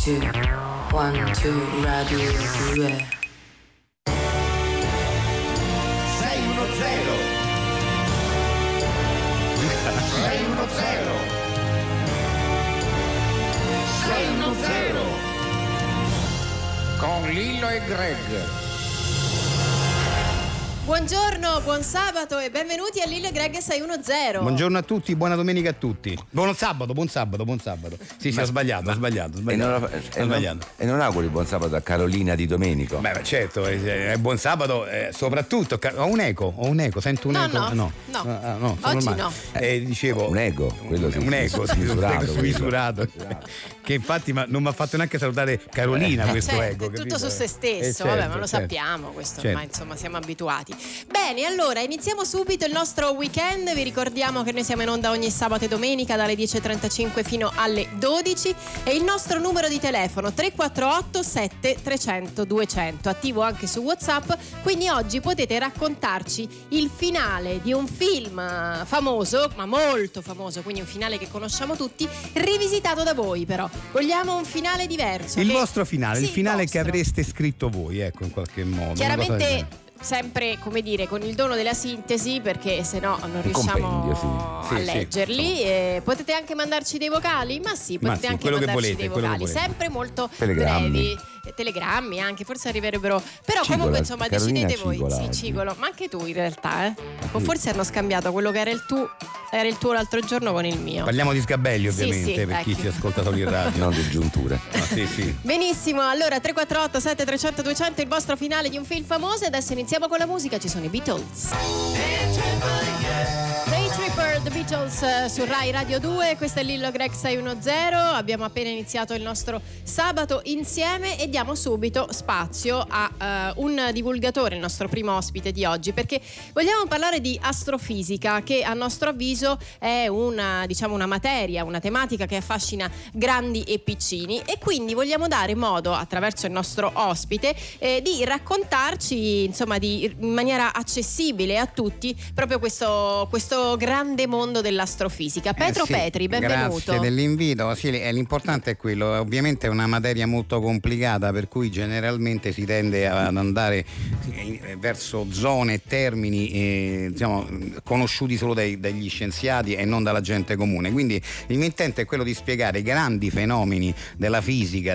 2, 1, 2, Radio 2. 610 con Lillo e Greg. Buongiorno, buon sabato e benvenuti a Lillo e Greg 610. Buongiorno a tutti, buona domenica a tutti. Buon sabato. Sì, ho sbagliato. E non auguri buon sabato a Carolina Di Domenico. Beh, certo, è buon sabato, soprattutto. Ho un eco, sento un eco. No. Oggi normale. no. Dicevo. Un ego, quello sì. Un eco smisurato. Che infatti non mi ha fatto neanche salutare Carolina questo certo, ego. è tutto capito? su se stesso, Certo, vabbè, ma lo sappiamo questo, ormai insomma siamo abituati. Bene, allora iniziamo subito il nostro weekend. Vi ricordiamo che noi siamo in onda ogni sabato e domenica dalle 10.35 fino alle 12 e il nostro numero di telefono 348 7300 200, attivo anche su WhatsApp, quindi oggi potete raccontarci il finale di un film famoso, ma molto famoso, quindi un finale che conosciamo tutti, rivisitato da voi però. Vogliamo un finale diverso. Il vostro finale, Sì, il finale vostro. che avreste scritto voi, ecco, in qualche modo. Chiaramente sempre, come dire, con il dono della sintesi, perché se no non riusciamo compendio, a leggerli. Potete anche mandarci dei vocali? Ma sì, potete anche quello che mandarci volete, dei quello che vocali, volete. sempre molto Telegrammi. brevi. Telegrammi anche, forse arriverebbero. Però Cigola, comunque insomma Carolina decidete voi. Cigola Sì, oggi. Cigolo, ma anche tu in realtà, O forse hanno scambiato quello che era il tuo l'altro giorno con il mio. Parliamo di sgabelli, Sì, ovviamente, sì, per chi ecco. ci ascolta solo in radio. Non di giunture. Sì. Benissimo, allora 348 7300 200 il vostro finale di un film famoso e adesso iniziamo con la musica, ci sono i Beatles. Day Tripper, The Beatles su Rai Radio 2, questo è Lillo Greg 610, abbiamo appena iniziato il nostro sabato insieme e diamo subito spazio a un divulgatore, il nostro primo ospite di oggi, perché vogliamo parlare di astrofisica, che a nostro avviso è una materia, una tematica che affascina grandi e piccini, e quindi vogliamo dare modo, attraverso il nostro ospite, di raccontarci in maniera accessibile a tutti proprio questo grande mondo dell'astrofisica. Petro Sì, Petri, benvenuto. Grazie dell'invito. Sì, l'importante è quello. Ovviamente è una materia molto complicata, per cui generalmente si tende ad andare verso zone e termini conosciuti solo dagli scienziati e non dalla gente comune. Quindi il mio intento è quello di spiegare i grandi fenomeni della fisica,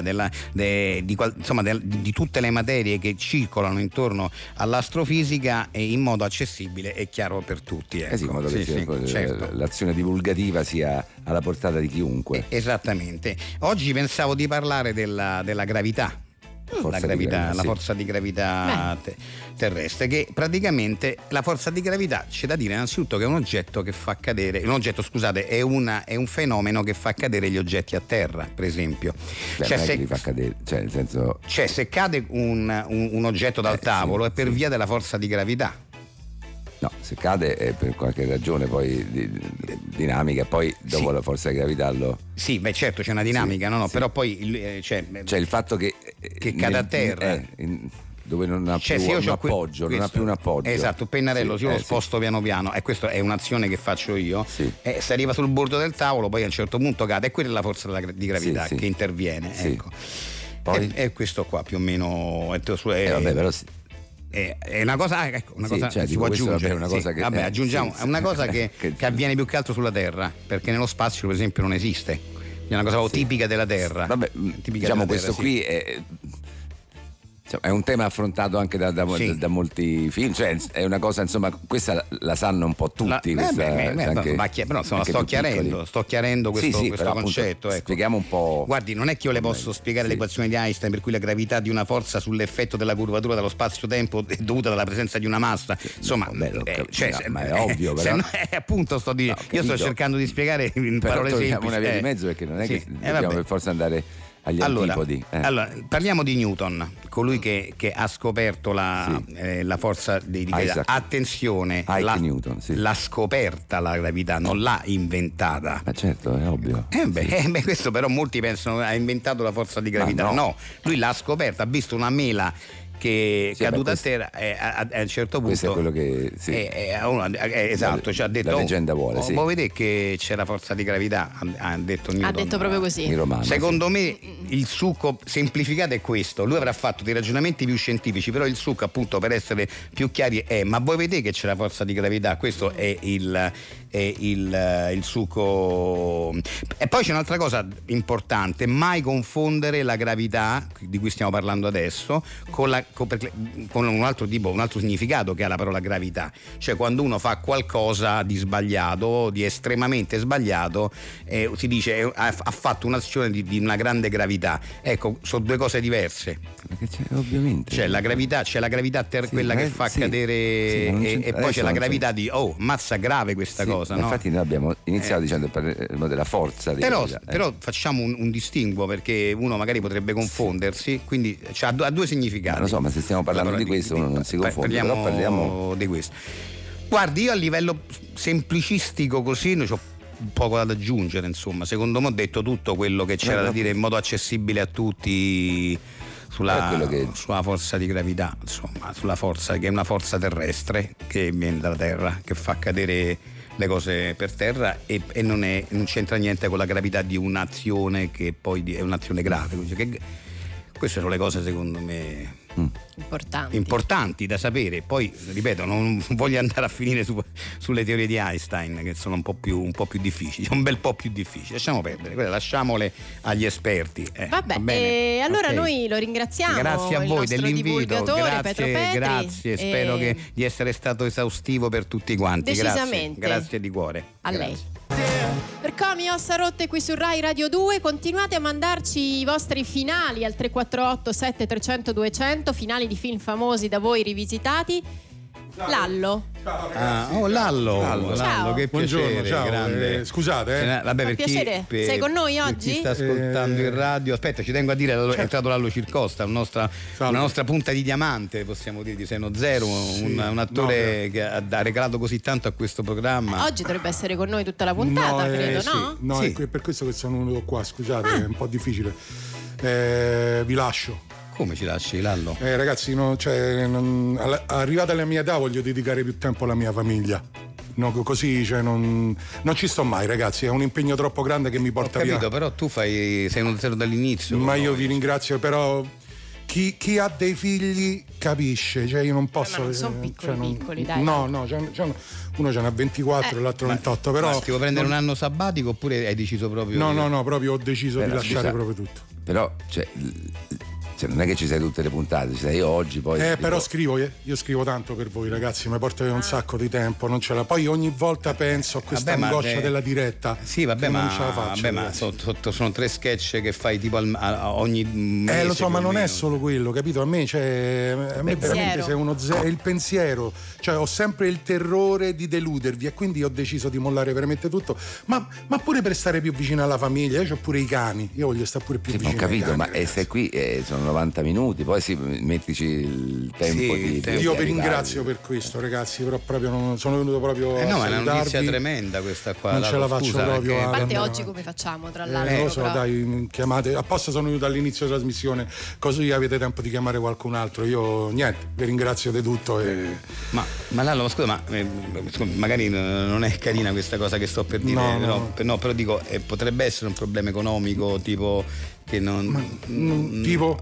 di tutte le materie che circolano intorno all'astrofisica in modo accessibile e chiaro per tutti. Ecco. Sì, in modo che certo. l'azione divulgativa sia alla portata di chiunque. Esattamente. Oggi pensavo di parlare della gravità. La forza di gravità terrestre, che praticamente la forza di gravità c'è da dire innanzitutto che è un oggetto che fa cadere, è un fenomeno che fa cadere gli oggetti a terra, per esempio. Se li fa cadere, nel senso, se cade un oggetto dal tavolo è per via della forza di gravità. No, se cade è per qualche ragione poi dinamica, poi dopo la forza di gravità lo... Sì, beh certo c'è una dinamica, sì. Però poi c'è il fatto che cade a terra. Dove non ha più un appoggio, non ha più un appoggio. Esatto, pennarello, io lo sposto piano piano e questa è un'azione che faccio io. Sì. Si arriva sul bordo del tavolo, poi a un certo punto cade, e quella è la forza di gravità che interviene. Sì. Ecco. Poi? E questo qua più o meno vabbè, però è una cosa, si può aggiungere. Una cosa che, aggiungiamo, è una cosa che avviene più che altro sulla Terra, perché nello spazio per esempio non esiste. È una cosa tipica della Terra. Vabbè, diciamo questo qui è un tema affrontato anche da molti film, cioè è una cosa, insomma, questa la sanno un po' tutti. Però sto chiarendo questo concetto. Ecco. Spieghiamo un po'. Guardi, non è che io le posso spiegare l'equazione di Einstein per cui la gravità di una forza sull'effetto della curvatura dello spazio-tempo è dovuta dalla presenza di una massa. Insomma, ma è ovvio, però. Appunto sto cercando di spiegare in parole semplici. Una via di mezzo, perché non è che dobbiamo per forza andare agli antipodi. Allora, parliamo di Newton, colui che ha scoperto la forza di gravità. Attenzione, Newton, l'ha scoperta la gravità, non l'ha inventata. Ma certo, è ovvio. Questo però molti pensano ha inventato la forza di gravità. No, lui l'ha scoperta, ha visto una mela perché Sì, caduta beh, a terra a un certo punto. Questo è quello che sì. Esatto, ci ha detto. La leggenda vuole, sì. Vuoi vedere che c'è la forza di gravità? Ha detto Newton. Ha detto proprio così. In romano, Secondo me il succo semplificato è questo. Lui avrà fatto dei ragionamenti più scientifici, però il succo, appunto, per essere più chiari, ma voi vedete che c'è la forza di gravità? Questo è il succo. E poi c'è un'altra cosa importante: mai confondere la gravità di cui stiamo parlando adesso con un altro tipo, un altro significato che ha la parola gravità. Cioè, quando uno fa qualcosa di sbagliato, di estremamente sbagliato, si dice ha fatto un'azione di una grande gravità. Ecco, sono due cose diverse. Perché ovviamente C'è la gravità, quella che fa cadere, e poi c'è la gravità di mazza, grave questa cosa, no? Infatti noi abbiamo iniziato dicendo della forza però facciamo un distinguo, perché uno magari potrebbe confondersi, quindi ha due significati. Lo so, ma se stiamo parlando di questo uno non si confonde. Parliamo di questo. Guardi, io a livello semplicistico così c'ho poco da aggiungere, insomma. Secondo me ho detto tutto quello che c'era da dire in modo accessibile a tutti sulla forza di gravità, insomma, sulla forza che è una forza terrestre che viene dalla terra, che fa cadere le cose per terra e non c'entra niente con la gravità di un'azione che poi è un'azione grave. Queste sono le cose, secondo me, importanti da sapere. Poi, ripeto, non voglio andare a finire sulle teorie di Einstein, che sono un po' più difficili, un bel po' più difficili. Lasciamo perdere, quelle lasciamole agli esperti. Va bene, allora okay. Noi lo ringraziamo. Grazie a voi dell'invito, grazie. Spero di essere stato esaustivo per tutti quanti. Decisamente. Grazie di cuore. Lei. Per Comi Ossa Rotte qui su Rai Radio 2, continuate a mandarci i vostri finali al 348 7300 200, finali di film famosi da voi rivisitati. Lallo. Lallo, ciao. Che piacere, ciao. Grande. Scusate. Vabbè, per piacere. Sei con noi oggi? Chi sta ascoltando in radio? Aspetta, ci tengo a dire, è entrato Lallo Circosta, una nostra punta di diamante, possiamo dire, di 610, un attore che ha regalato così tanto a questo programma. Oggi dovrebbe essere con noi tutta la puntata, credo, no? No, sì. È per questo che sono venuto qua, scusate, è un po' difficile. Vi lascio. Come ci lasci, Lallo? Ragazzi, arrivata alla mia età voglio dedicare più tempo alla mia famiglia. No, così non ci sto mai, ragazzi, è un impegno troppo grande che mi porta via. Però tu sei uno zero dall'inizio. Ma io vi ringrazio, però chi ha dei figli capisce, cioè io non posso. Ma non sono piccoli, dai. No, uno ce n'ha 24 e l'altro 28, però. Ma ti vuoi prendere un anno sabbatico oppure hai deciso proprio? No, proprio ho deciso di lasciare proprio tutto. Però non è che ci sei tutte le puntate, ci sei oggi, poi. Però scrivo, io scrivo tanto per voi, ragazzi, mi porta via un sacco di tempo, non ce la. Poi ogni volta penso a questa angoscia della diretta. Sì, vabbè, ma non ce la faccio. Ma sono 3 sketch che fai tipo a ogni mese. Lo so, ma non è solo quello, capito? A me veramente sei uno zero. Il pensiero, cioè ho sempre il terrore di deludervi e quindi ho deciso di mollare veramente tutto. Ma pure per stare più vicino alla famiglia, io ho pure i cani, io voglio stare pure più vicino. Ho capito, ai cani, ma stai qui sono 90 minuti, poi mettici il tempo di io vi ringrazio per questo, ragazzi, però proprio sono venuto proprio a no, ma è salutarvi. una notizia tremenda questa qua. Non ce la faccio proprio. A parte oggi come facciamo, tra l'altro? Lo so, dai, chiamate. Apposta sono venuto all'inizio della trasmissione, così avete tempo di chiamare qualcun altro. Io niente, vi ringrazio di tutto. Ma Lallo, scusa, magari non è carina questa cosa che sto per dire, no, però dico, potrebbe essere un problema economico, tipo che tipo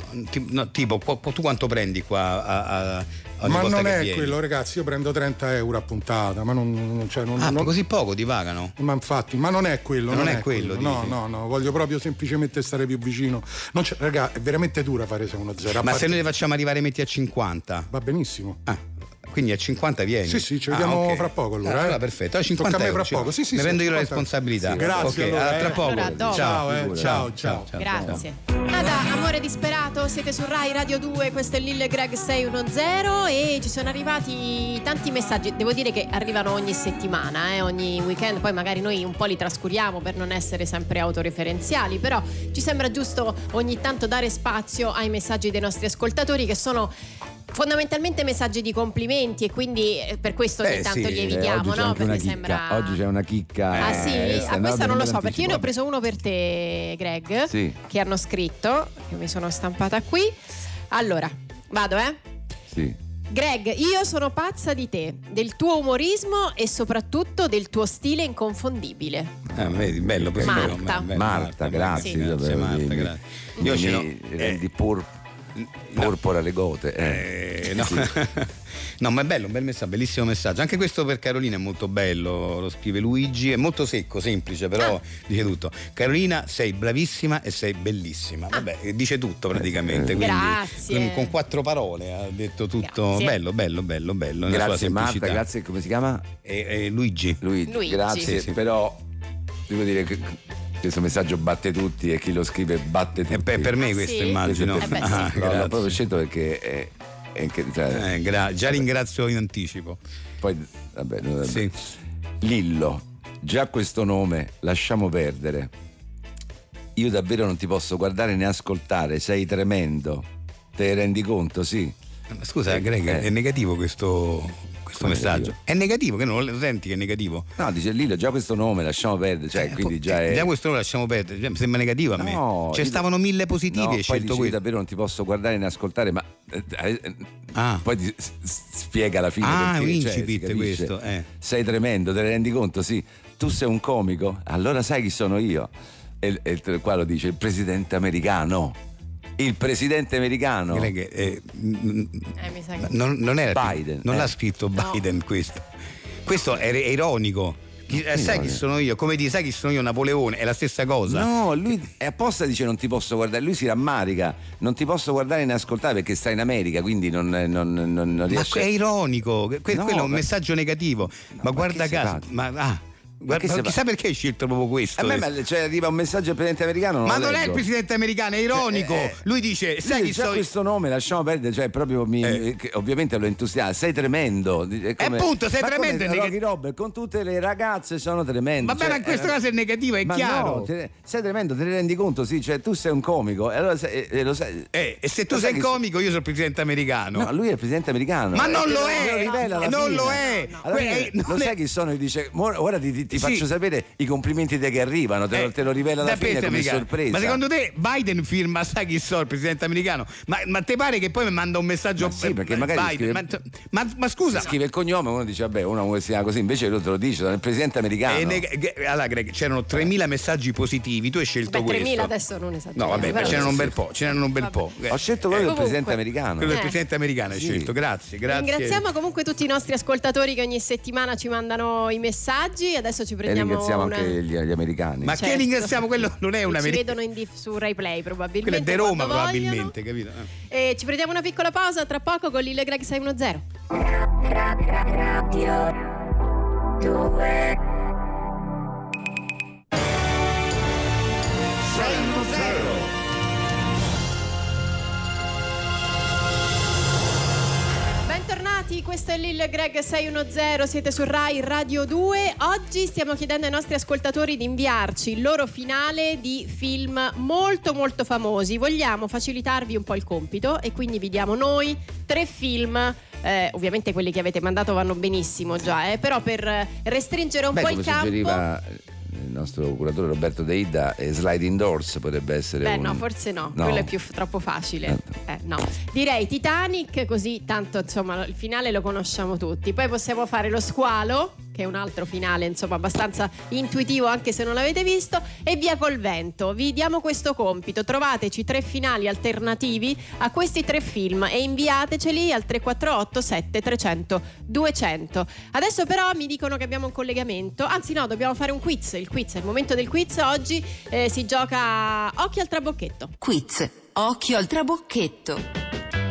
tu quanto prendi qua ma non è quello, ragazzi, io prendo 30 euro a puntata, ma non così poco ti pagano? Ma infatti, ma non è quello, non è quello. No, voglio proprio semplicemente stare più vicino. Raga, è veramente dura fare 610. Ma se noi le facciamo arrivare metti a 50 va benissimo. Quindi a 50 vieni? Sì, ci vediamo fra poco allora. Allora perfetto, a 50 tocca a me euro. fra poco. Sì, ne prendo io la responsabilità. Grazie. Okay, allora, tra poco. Allora, ciao. Grazie. Amore disperato, siete su Rai Radio 2, questo è Lille Greg 610 e ci sono arrivati tanti messaggi. Devo dire che arrivano ogni settimana, ogni weekend, poi magari noi un po' li trascuriamo per non essere sempre autoreferenziali, però ci sembra giusto ogni tanto dare spazio ai messaggi dei nostri ascoltatori, che sono fondamentalmente messaggi di complimenti, e quindi per questo ogni tanto li evitiamo, no? Perché sembra. Oggi c'è una chicca. Ah sì? Questa non lo so, perché io ne ho preso uno per te, Greg, che hanno scritto, che mi sono stampata qui. Allora, vado, Sì. Greg, io sono pazza di te, del tuo umorismo e soprattutto del tuo stile inconfondibile. Vedi, bello per Marta. Marta, grazie. Sì. Grazie, Marta, grazie. Io ce l'ho. Rendi porpora le gote. No. Sì. No, ma è bello, un bel messaggio, bellissimo messaggio. Anche questo per Carolina è molto bello, lo scrive Luigi, è molto secco, semplice, però dice tutto. Carolina, sei bravissima e sei bellissima. Vabbè, dice tutto praticamente. Quindi, grazie. Con 4 parole ha detto tutto. Grazie. Bello. Grazie Marta, grazie, come si chiama? Luigi. Luigi. Grazie, sì. Però devo dire che questo messaggio batte tutti e chi lo scrive batte tutti. Per me questo sì? immagino. Sì. L'ho proprio scelto perché già ringrazio in anticipo. Poi vabbè. Sì. Lillo, già questo nome lasciamo perdere. Io davvero non ti posso guardare né ascoltare, sei tremendo. Te ne rendi conto? Sì. Scusa, Greg, è negativo questo messaggio? È negativo, che non lo senti che è negativo? No, dice Lillo, già questo nome lasciamo perdere, cioè quindi già è. Già questo nome lasciamo perdere, mi sembra negativo a me. No, stavano 1000 positivi no, e poi scelto dice, questo. davvero non ti posso guardare né ascoltare, ma poi spiega alla fine perché, un cioè, incipit si capisce. questo. Sei tremendo, te ne rendi conto? Sì. Tu sei un comico? Allora sai chi sono io? E qua lo dice il presidente americano. Il presidente americano. Mi sa che... Non era Biden. Non l'ha scritto Biden questo. Questo è ironico. Sai chi sono io? Come dire, sai chi sono io? Napoleone, è la stessa cosa. No, lui è apposta, dice non ti posso guardare, lui si rammarica, non ti posso guardare né ascoltare perché sta in America, quindi non riesce. Ma è ironico, quello è un messaggio negativo. No, ma guarda caso, guarda, chissà perché hai scelto proprio questo. A me arriva un messaggio al presidente americano. Ma non è il presidente americano, è ironico. Lui dice: sai chi sono? Questo nome lasciamo perdere, cioè proprio ovviamente lo entusiasma. Sei tremendo. Appunto, sei tremendo. Rocky Robert, con tutte le ragazze sono tremendo. Vabbè, ma in questo caso è negativo, è chiaro. No, sei tremendo, te ne rendi conto? Sì, cioè tu sei un comico. E allora lo sai. E se tu sei il comico, io sono il presidente americano. No, lui è il presidente americano. Ma non lo è! Non lo è! Lo sai chi sono? Dice: ora ti faccio sapere i complimenti che arrivano, te lo rivela alla fine come sorpresa. Ma secondo te Biden firma, sai chi so, il presidente americano? Ma te pare che poi mi manda un messaggio? Ma sì, perché magari Biden, ma scusa, scrive il cognome, uno dice vabbè, uno si chiama così, invece lui te lo dice, sono il presidente americano. Allora Greg, c'erano 3.000 messaggi positivi, tu hai scelto questo. 3.000 adesso non esageriamo. No, vabbè, c'erano un bel po', Ho scelto quello del presidente americano. Quello del presidente americano hai scelto, grazie. Ringraziamo comunque tutti i nostri ascoltatori che ogni settimana ci mandano i messaggi. Adesso ci prendiamo. E ringraziamo anche gli americani. Ma che ringraziamo? Quello non è un americano. Ci vedono su Rai Play probabilmente. Quello è di Roma probabilmente, capito? E ci prendiamo una piccola pausa, tra poco con Lillo e Greg 610. Radio 2 Bentornati, questo è Lillo e Greg 610, siete su Rai Radio 2. Oggi stiamo chiedendo ai nostri ascoltatori di inviarci il loro finale di film molto molto famosi. Vogliamo facilitarvi un po' il compito e quindi vi diamo noi 3 film. Ovviamente quelli che avete mandato vanno benissimo già, però per restringere un po' il campo. Suggeriva il nostro curatore Roberto Deida, Sliding Doors potrebbe essere no, forse no, quello è troppo facile. No. Direi Titanic, così tanto insomma il finale lo conosciamo tutti. Poi possiamo fare Lo Squalo, che è un altro finale insomma abbastanza intuitivo anche se non l'avete visto, e Via col vento. Vi diamo questo compito: trovateci 3 finali alternativi a questi 3 film e inviateceli al 348 7300 200. Adesso però mi dicono che abbiamo un collegamento, anzi no, dobbiamo fare un quiz. Il quiz è il momento del quiz. Oggi si gioca Occhio al trabocchetto. Quiz Occhio al trabocchetto.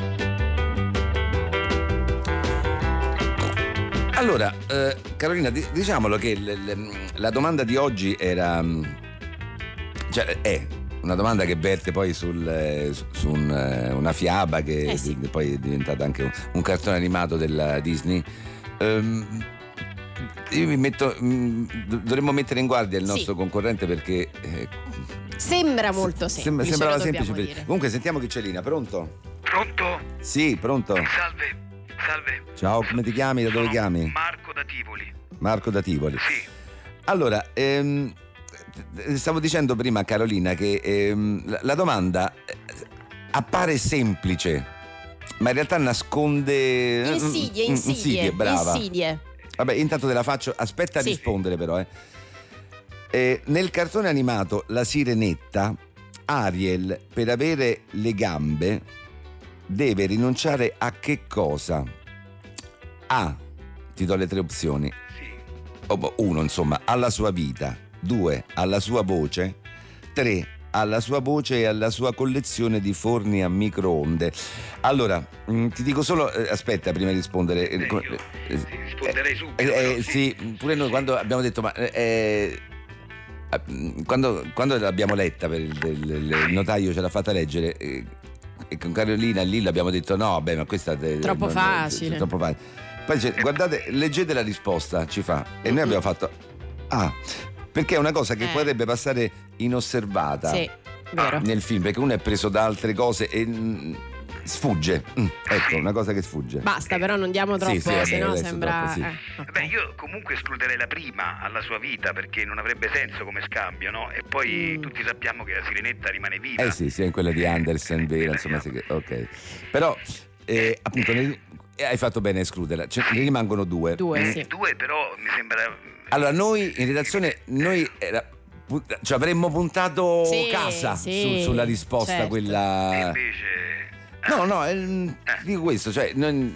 Allora, Carolina, diciamolo che la domanda di oggi era, cioè è una domanda che verte poi su una fiaba che poi è diventata anche un cartone animato della Disney. Io dovremmo mettere in guardia il nostro concorrente perché sembra molto semplice. Sembrava semplice. Comunque sentiamo chi c'è Lina. Pronto? Pronto? Sì, pronto. Salve. Ciao, come ti chiami? Da dove chiami? Marco da Tivoli. Marco da Tivoli. Sì. Allora, stavo dicendo prima a Carolina che la domanda appare semplice, Ma in realtà nasconde insidie, brava. insidie. Vabbè, intanto te la faccio, aspetta a rispondere però. Nel cartone animato La Sirenetta, Ariel, per avere le gambe, deve rinunciare a che cosa? A, ti do le 3 opzioni. Uno, insomma, alla sua vita. 2, alla sua voce. 3, alla sua voce e alla sua collezione di forni a microonde. Allora, ti dico solo, aspetta prima di rispondere. Risponderei subito. Sì, pure noi quando abbiamo detto, ma quando l'abbiamo letta, per il notaio ce l'ha fatta leggere, e con Carolina lì l'abbiamo detto no, vabbè, ma questa è troppo facile. Troppo facile. Poi dice, guardate, leggete la risposta, ci fa. E noi abbiamo fatto perché è una cosa che potrebbe passare inosservata nel film, perché uno è preso da altre cose e sfugge. Ecco, una cosa che sfugge. Basta, però non diamo troppo, sennò sembra troppo, okay. Beh, io comunque escluderei la prima, alla sua vita, perché non avrebbe senso come scambio, no? E poi tutti sappiamo che la Sirenetta rimane viva. Sì, è quella di Andersen, vera, insomma, ok. Però appunto hai fatto bene a escluderla. Ne rimangono 2. 2, sì. 2 però mi sembra. Allora, noi in redazione ci avremmo puntato casa sulla risposta, certo. Quella. E invece. Dico questo, cioè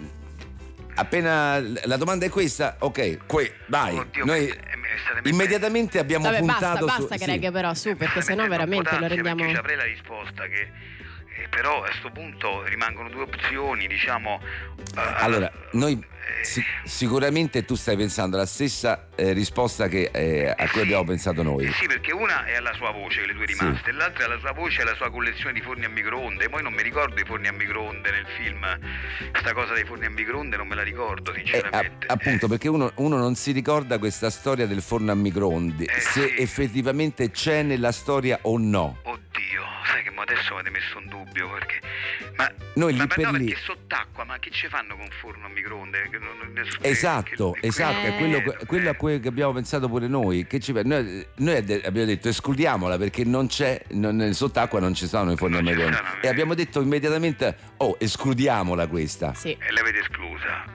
appena la domanda è questa, ok, vai. Oddio, noi immediatamente abbiamo puntato basta Greg, però su, perché sennò veramente lo rendiamo. Io avrei la risposta che però a questo punto rimangono 2 opzioni, diciamo. Allora, noi sicuramente tu stai pensando alla stessa risposta che a cui abbiamo pensato noi. Sì, perché una è alla sua voce, le 2 rimaste, e l'altra è alla sua voce e alla sua collezione di forni a microonde. Poi non mi ricordo i forni a microonde nel film, sta cosa dei forni a microonde non me la ricordo sinceramente. Appunto, perché uno non si ricorda questa storia del forno a microonde, se effettivamente c'è nella storia o no. Oddio, sai che adesso mi avete messo un dubbio, perché noi no, perché sott'acqua, ma che ci fanno con forno a microonde? Esatto, è quello a cui abbiamo pensato pure noi. Noi abbiamo detto escludiamola perché non c'è, sott'acqua non ci sono i forni a microonde. E abbiamo detto immediatamente escludiamola questa. Sì. E l'avete esclusa.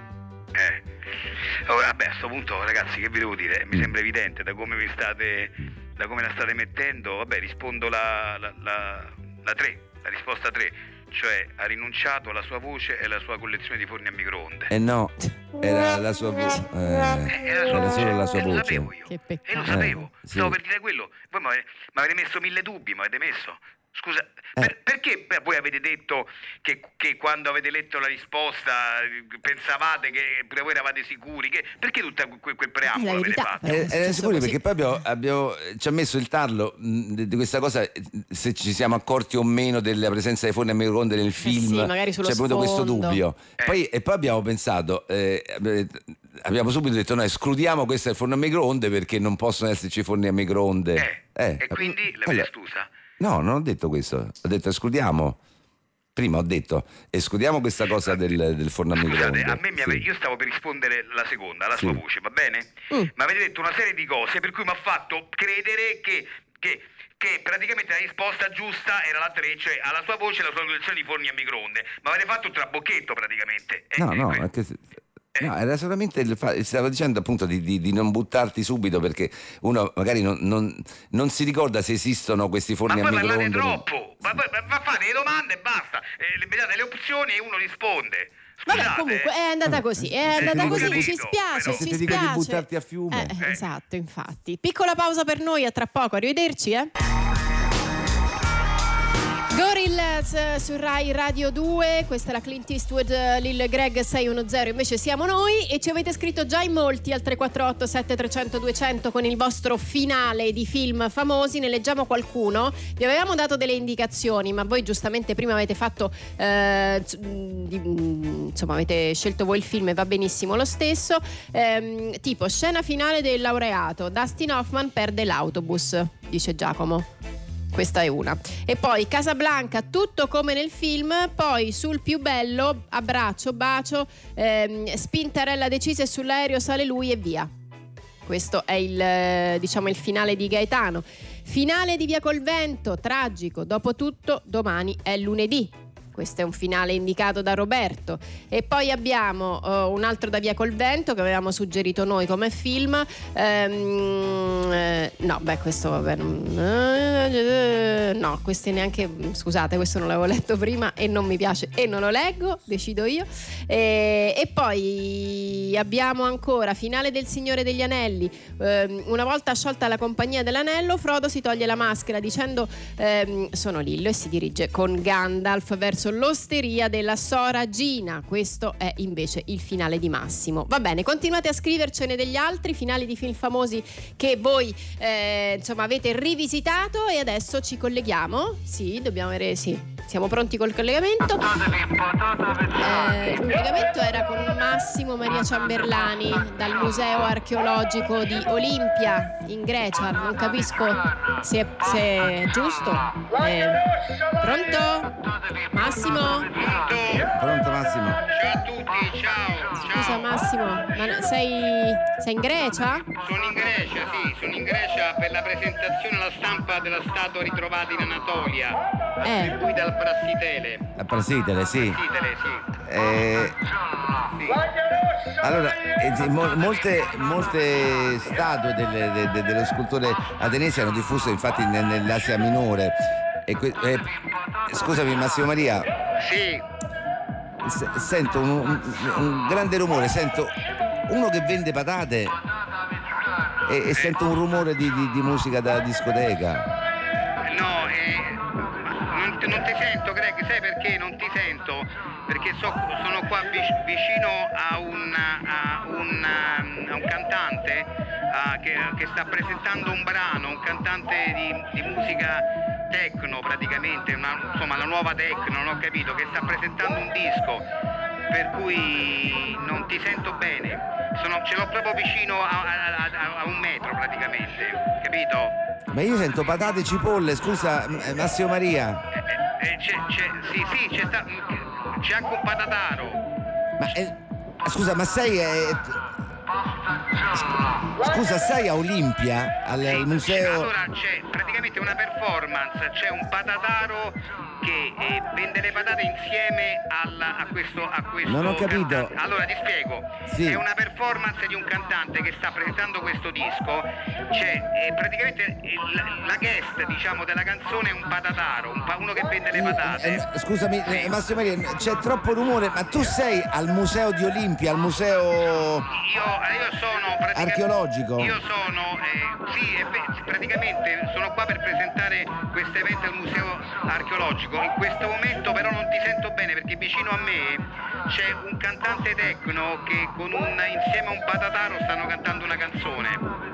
Vabbè, a questo punto, ragazzi, che vi devo dire? Mi sembra evidente da come la state mettendo. Vabbè, rispondo la 3, la risposta 3, cioè ha rinunciato alla sua voce e alla sua collezione di forni a microonde. No, era la sua voce. Era solo la sua voce. Lo sapevo io. Che peccato. Lo sapevo. Sì. Stavo per dire quello. Voi mi avete messo 1000 dubbi, mi avete messo. Scusa, perché voi avete detto che quando avete letto la risposta pensavate che pure voi eravate sicuri? Perché tutto quel preambolo avete fatto? Era sicuri perché poi ci ha messo il tarlo di questa cosa, se ci siamo accorti o meno della presenza dei forni a microonde nel film. Sì, magari sullo c'è avuto questo sfondo. dubbio. E poi abbiamo pensato, abbiamo subito detto no, escludiamo questo è il forno a microonde perché non possono esserci forni a microonde. E quindi l'avete esclusa? No, non ho detto questo, ho detto escludiamo. Prima ho detto escludiamo questa cosa del forno a microonde. Scusate, io stavo per rispondere la seconda, la sua voce, va bene? Ma avete detto una serie di cose per cui mi ha fatto credere che praticamente la risposta giusta era la 3, cioè alla sua voce e alla sua collezione di forni a microonde. Ma avete fatto un trabocchetto praticamente. No, era solamente stavo dicendo appunto di non buttarti subito perché uno magari non si ricorda se esistono questi forni a microonde. Ma parlate troppo, ma fate le domande e basta, mi date le opzioni e uno risponde. Scusate. Vabbè, comunque è andata così, ci spiace, se ti dico di buttarti a fiume. Esatto, infatti. Piccola pausa per noi, a tra poco, arrivederci, Gorillaz su Rai Radio 2, questa è la Clint Eastwood, Lil Greg 610, invece siamo noi e ci avete scritto già in molti al 348 7300 200 con il vostro finale di film famosi, ne leggiamo qualcuno, vi avevamo dato delle indicazioni ma voi giustamente prima avete fatto insomma avete scelto voi il film e va benissimo lo stesso, tipo scena finale del laureato, Dustin Hoffman perde l'autobus, dice Giacomo. Questa è una. E poi Casablanca, tutto come nel film. Poi sul più bello, abbraccio, bacio, spintarella decisa e sull'aereo sale lui e via. Questo è il finale di Gaetano. Finale di Via col vento, tragico, dopo tutto domani è lunedì. questo è un finale indicato da Roberto. E poi abbiamo un altro da Via col Vento che avevamo suggerito noi come film. No, beh, questo vabbè, no, queste neanche, scusate, questo non l'avevo letto prima e non mi piace e non lo leggo, decido io. E poi abbiamo ancora finale del Signore degli Anelli. Una volta sciolta la compagnia dell'anello, Frodo si toglie la maschera dicendo sono Lillo, e si dirige con Gandalf verso l'osteria della Sora Gina. Questo è invece il finale di Massimo. Va bene, continuate a scrivercene degli altri finali di film famosi che voi insomma avete rivisitato, e adesso ci colleghiamo. Sì, dobbiamo avere, sì, siamo pronti col collegamento. Il collegamento era con Massimo Maria Ciamberlani dal Museo Archeologico di Olimpia in Grecia. Non capisco se è giusto. Pronto? Massimo? Pronto Massimo? Ciao a tutti, ciao. Scusa Massimo, ma sei in Grecia? Sono in Grecia, sì, sono in Grecia per la presentazione alla stampa della statua ritrovata in Anatolia, attribuita al Prassitele. A Prassitele, sì. Prassitele, sì. Allora, molte statue delle sculture ateniesi hanno diffuso infatti nell'Asia minore. Scusami Massimo Maria. Sì. Sento un grande rumore, sento uno che vende patate e sento un rumore di musica da discoteca. No, non ti sento, Greg, sai perché non ti sento? Perché sono qua vicino a un cantante che sta presentando un brano, un cantante di musica techno praticamente, insomma la nuova techno, non ho capito, che sta presentando un disco, per cui non ti sento bene. Ce l'ho proprio vicino a 1 metro praticamente, capito? Ma io sento patate e cipolle, scusa Massimo Maria. C'è anche un patataro. Scusa, ma sei scusa, sei a Olimpia al museo? Allora c'è praticamente una performance, c'è un patataro che vende le patate insieme a questo non ho capito. Cantante. Allora ti spiego, sì. È una performance di un cantante che sta presentando questo disco. C'è praticamente la guest, diciamo, della canzone è un patataro, uno che vende le patate. Scusami, Massimo Maria, c'è troppo rumore, ma tu sei al museo di Olimpia, al museo io sono archeologico? Io sono praticamente sono qua per presentare questo evento al museo archeologico. In questo momento però non ti sento bene perché vicino a me c'è un cantante techno che insieme a un patataro stanno cantando una canzone.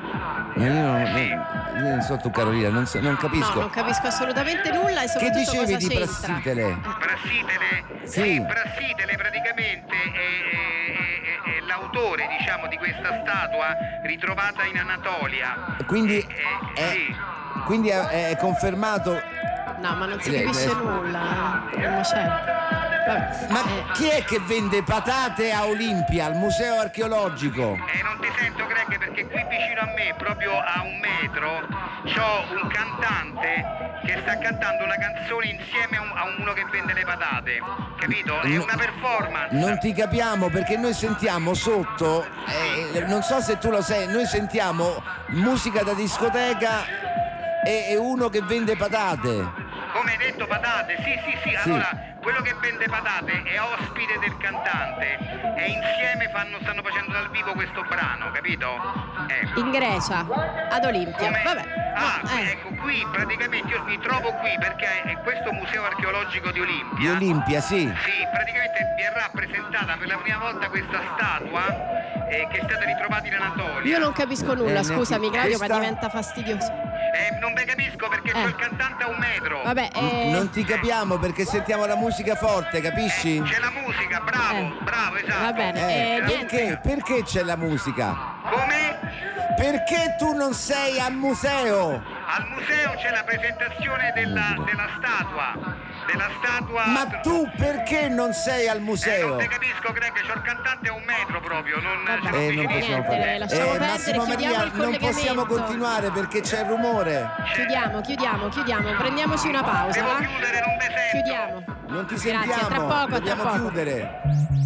Io non so tu Carolina, non capisco. No, non capisco assolutamente nulla e soprattutto che dicevi cosa di c'entra. Prassitele? Prassitele? Sì. Prassitele praticamente è l'autore, diciamo, di questa statua ritrovata in Anatolia. Quindi sì. Quindi è confermato. No, ma non si capisce nulla. Non c'è. Vabbè. Ma chi è che vende patate a Olimpia, al museo archeologico? Non ti sento, Greg, perché qui vicino a me, proprio a 1 metro, c'ho un cantante che sta cantando una canzone insieme a uno che vende le patate, capito? È una performance. Non ti capiamo perché noi sentiamo sotto, non so se tu lo sai, noi sentiamo musica da discoteca e uno che vende patate. Come hai detto, patate? Sì. Allora, quello che vende patate è ospite del cantante e insieme stanno facendo dal vivo questo brano, capito? In Grecia, ad Olimpia. Vabbè. Ecco, qui praticamente io mi trovo qui perché è questo museo archeologico di Olimpia. Di Olimpia, sì. Sì, praticamente verrà presentata per la prima volta questa statua che è stata ritrovata in Anatolia. Io non capisco nulla, scusami Claudio, ma diventa fastidioso. Non ve capisco perché c'è il cantante a 1 metro. Vabbè, non ti capiamo perché sentiamo la musica forte, capisci? C'è la musica, bravo, esatto. Va bene, Perché c'è la musica? Come? Perché tu non sei al museo? Al museo c'è la presentazione della statua. Ma tu perché non sei al museo? Non te capisco, Greg, c'ho il cantante a 1 metro proprio. Non possiamo fare. Massimo Maria, non possiamo continuare perché c'è il rumore. Chiudiamo, prendiamoci una pausa. Devo chiudere, non mi sento. Chiudiamo. Non ti Grazie, sentiamo. tra poco, Dobbiamo tra poco. chiudere.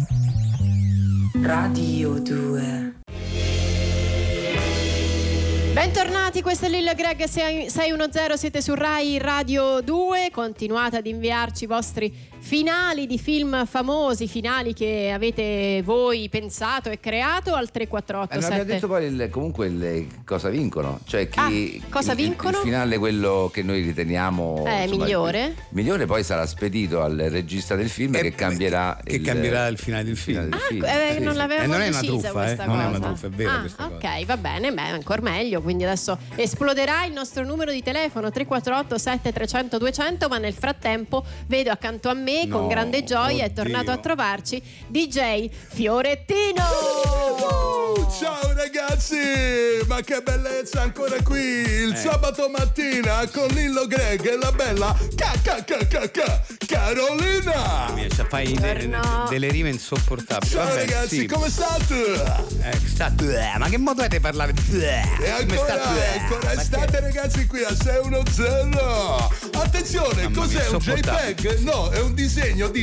Radio 2. Bentornati, questo è Lil Greg 610, siete su Rai Radio 2, continuate ad inviarci i vostri finali di film famosi, finali che avete voi pensato e creato al 348. Non abbiamo detto poi comunque cosa vincono, cioè chi cosa vincono? Il finale, quello che noi riteniamo migliore. Migliore poi sarà spedito al regista del film che cambierà il finale del film. Non l'avevo non è una decisa truffa, questa non cosa. è una truffa, è vero questa ok, cosa. va bene, ancora meglio, quindi adesso esploderà il nostro numero di telefono 348 7300 200, ma nel frattempo vedo accanto a me con grande gioia è tornato a trovarci DJ Fiorettino. Ciao ragazzi, ma che bellezza, ancora qui il sabato mattina con Lillo Greg e la bella Carolina. Fai delle rime insopportabili. Ciao ragazzi, come state? Ma che modo è di parlare? E ancora state ragazzi qui a 610. Attenzione, Mamma cos'è mia, un JPEG? No, è un disegno di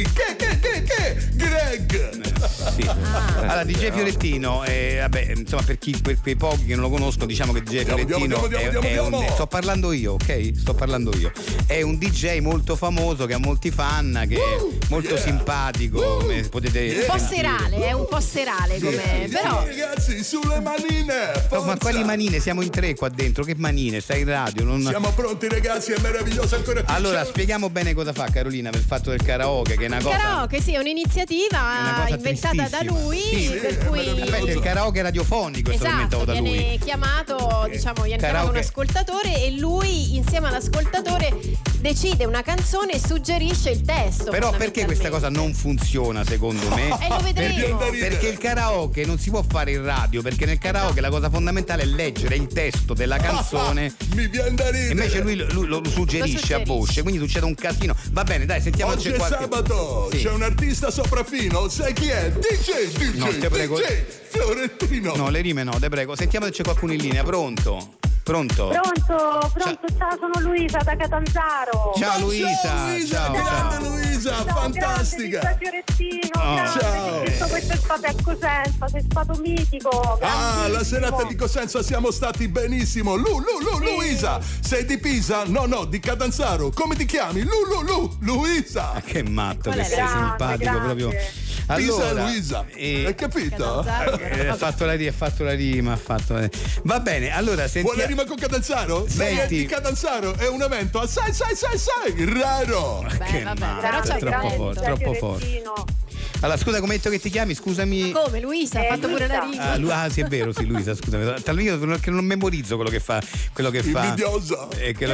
Greg. Sì. Allora, DJ Fiorettino, insomma, per quei pochi che non lo conoscono, diciamo che DJ Fiorettino andiamo. sto parlando io, ok? È un DJ molto famoso che ha molti fan, che è molto simpatico, come potete un po' serale come, però ragazzi, sulle manine, forza. Ma quali manine? Siamo in 3 qua dentro, che manine? Stai in radio, Siamo pronti ragazzi, è meraviglioso ancora qui. Allora, spieghiamo bene cosa fa Carolina per il fatto del karaoke, che è una cosa. Il karaoke, sì, è un'iniziativa inventata da lui, per cui aspetta, il karaoke radiofonico è stato inventato da lui. Viene chiamato, viene chiamato un ascoltatore e lui insieme all'ascoltatore decide una canzone e suggerisce il testo. Però perché questa cosa non funziona secondo me? Lo vedremo. Perché il karaoke non si può fare in radio, perché nel karaoke la cosa fondamentale è leggere il testo della canzone. Mi viene da ridere. Invece lui lo suggerisce a voce, quindi succede un casino. Va bene, dai, sentiamo. Oggi è sabato, c'è un artista sopraffino, sai chi è? DJ, no, te prego. DJ Fiorettino. No, le rime no, te prego. Sentiamo se c'è qualcuno in linea, pronto? Pronto, ciao, sono Luisa da Catanzaro. Ciao Luisa, ciao. Grande Luisa, fantastica. Grande Fiorettino, ciao. Questo è stato a Cosenza, sei stato mitico. La serata di Cosenza siamo stati benissimo. Luisa, sei di Pisa? No, di Catanzaro. Come ti chiami? Luisa. Che matto che sei, simpatico proprio. Allora, Pisa Luisa, hai capito? Ha fatto la rima, Va bene, allora sentiamo. Vuole rima con Catanzaro? Di Catanzaro è un evento assai raro. Che però c'è troppo forte. Allora, scusa, come hai detto che ti chiami? Scusami. Ma come? Luisa, ha fatto pure la rima. Sì, è vero, sì, Luisa, scusami. Talmente che non memorizzo quello che fa. Invidiosa.